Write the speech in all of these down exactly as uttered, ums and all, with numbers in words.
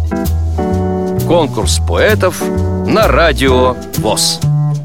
Конкурс поэтов на радио ВОС.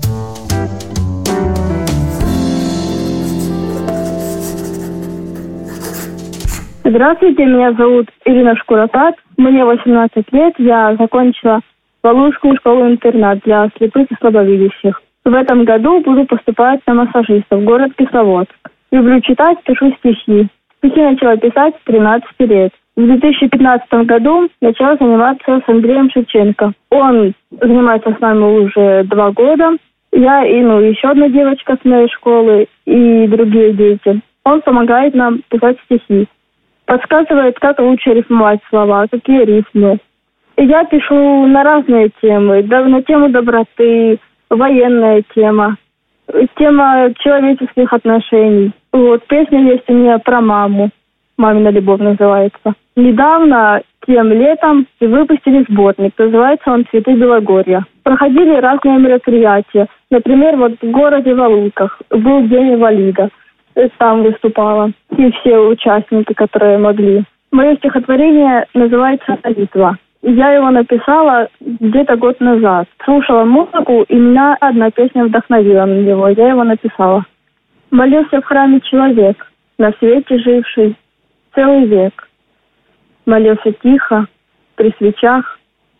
Здравствуйте, меня зовут Ирина Шкуракат, мне восемнадцать лет, я закончила Валуйскую школу-интернат для слепых и слабовидящих. В этом году буду поступать на массажиста в город Кисловодск. Люблю читать, пишу стихи. Стихи начала писать с тринадцати лет. В две тысячи пятнадцатом году начала заниматься с Андреем Шевченко. Он занимается с нами уже два года. Я и ну, еще одна девочка с моей школы и другие дети. Он помогает нам писать стихи. Подсказывает, как лучше рифмовать слова, какие рифмы. И я пишу на разные темы. На тему доброты, военная тема, тема человеческих отношений. Вот, песня есть у меня про маму. «Мамина любовь» называется. Недавно, тем летом, выпустили сборник. Называется он «Цветы Белогорья». Проходили разные мероприятия. Например, вот в городе Валуйках был День инвалида. Там выступала. И все участники, которые могли. Мое стихотворение называется «Молитва». Я его написала где-то год назад. Слушала музыку, и меня одна песня вдохновила на него. Я его написала. Молился в храме человек, на свете живший целый век. Молился тихо, при свечах.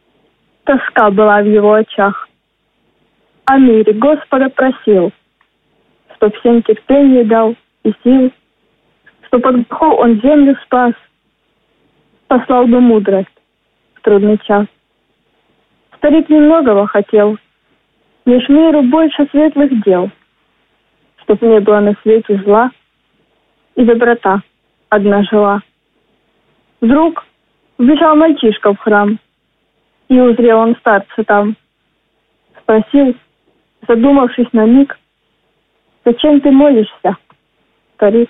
Тоска была в его очах. О мире Господа просил, чтоб всем терпение дал и сил, чтоб от грехов он землю спас, послал бы мудрость в трудный час. Старик немногого хотел, лишь миру больше светлых дел, чтоб не было на свете зла, и доброта одна жила. Вдруг вбежал мальчишка в храм, и узрел он старца там. Спросил, задумавшись на миг: «Зачем ты молишься, старик?»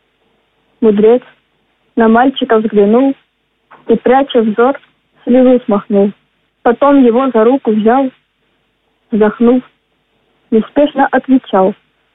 Мудрец на мальчика взглянул и, пряча взор, слезу смахнул. Потом его за руку взял, вздохнув, неспешно отвечал: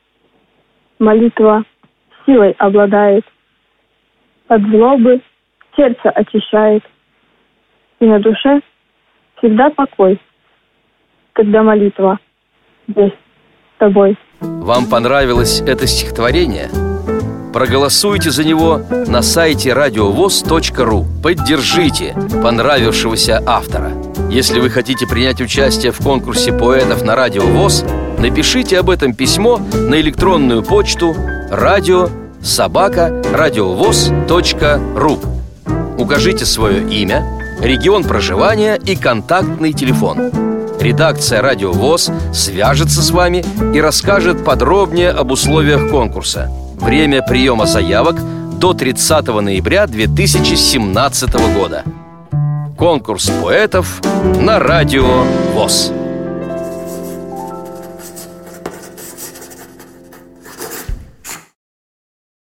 «Молитва силой обладает, от злобы сердце очищает, и на душе всегда покой, когда молитва есть с тобой». Вам понравилось это стихотворение? Проголосуйте за него на сайте радиовос точка ру. Поддержите понравившегося автора. Если вы хотите принять участие в конкурсе поэтов на Радио ВОС, напишите об этом письмо на электронную почту радио собака радиовос точка ру. Укажите свое имя, регион проживания и контактный телефон. Редакция Радио ВОС свяжется с вами и расскажет подробнее об условиях конкурса. Время приема заявок до тридцатого ноября две тысячи семнадцатого года. Конкурс поэтов на Радио ВОС.